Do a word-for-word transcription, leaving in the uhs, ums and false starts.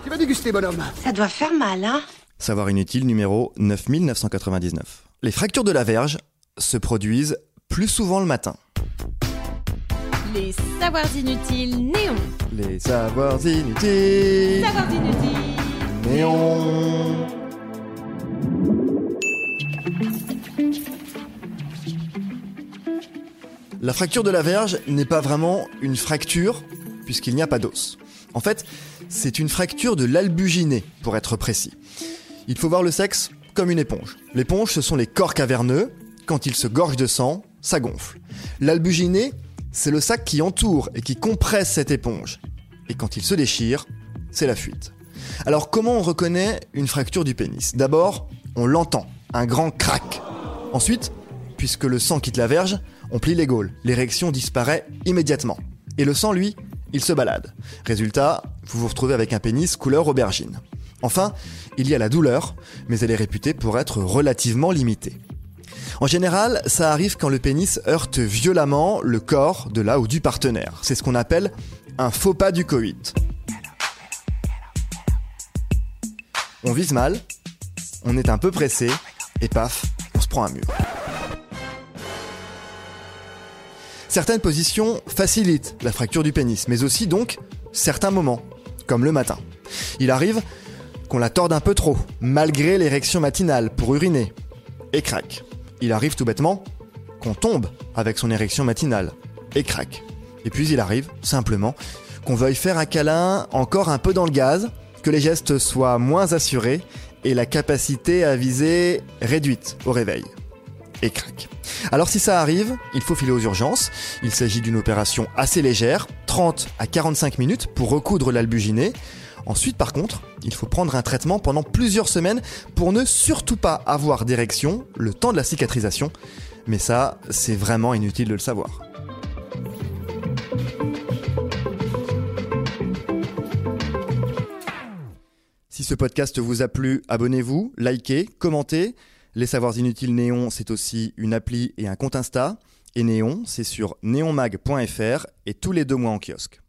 Tu vas déguster, bonhomme. Ça doit faire mal, hein? Savoir inutile numéro neuf mille neuf cent quatre-vingt-dix-neuf. Les fractures de la verge se produisent plus souvent le matin. Les savoirs inutiles néons. Les savoirs inutiles. Savoirs inutiles néons. La fracture de la verge n'est pas vraiment une fracture puisqu'il n'y a pas d'os. En fait, c'est une fracture de l'albuginée, pour être précis. Il faut voir le sexe comme une éponge. L'éponge, ce sont les corps caverneux. Quand ils se gorgent de sang, ça gonfle. L'albuginée, c'est le sac qui entoure et qui compresse cette éponge. Et quand il se déchire, c'est la fuite. Alors comment on reconnaît une fracture du pénis ? D'abord, on l'entend, un grand crack. Ensuite, puisque le sang quitte la verge, on plie les gaules. L'érection disparaît immédiatement. Et le sang, lui, il se balade. Résultat, vous vous retrouvez avec un pénis couleur aubergine. Enfin, il y a la douleur, mais elle est réputée pour être relativement limitée. En général, ça arrive quand le pénis heurte violemment le corps de la ou du partenaire. C'est ce qu'on appelle un faux pas du coït. On vise mal, on est un peu pressé, et paf, on se prend un mur. Certaines positions facilitent la fracture du pénis, mais aussi donc certains moments, comme le matin. Il arrive qu'on la torde un peu trop, malgré l'érection matinale pour uriner, et crac. Il arrive tout bêtement qu'on tombe avec son érection matinale, et crac. Et puis il arrive, simplement, qu'on veuille faire un câlin encore un peu dans le gaz, que les gestes soient moins assurés, et la capacité à viser réduite au réveil. Et crac. Alors si ça arrive, il faut filer aux urgences. Il s'agit d'une opération assez légère, trente à quarante-cinq minutes pour recoudre l'albuginée. Ensuite, par contre, il faut prendre un traitement pendant plusieurs semaines pour ne surtout pas avoir d'érection le temps de la cicatrisation. Mais ça, c'est vraiment inutile de le savoir. Si ce podcast vous a plu, abonnez-vous, likez, commentez. Les Savoirs Inutiles Néon, c'est aussi une appli et un compte Insta. Et Néon, c'est sur néonmag point f r et tous les deux mois en kiosque.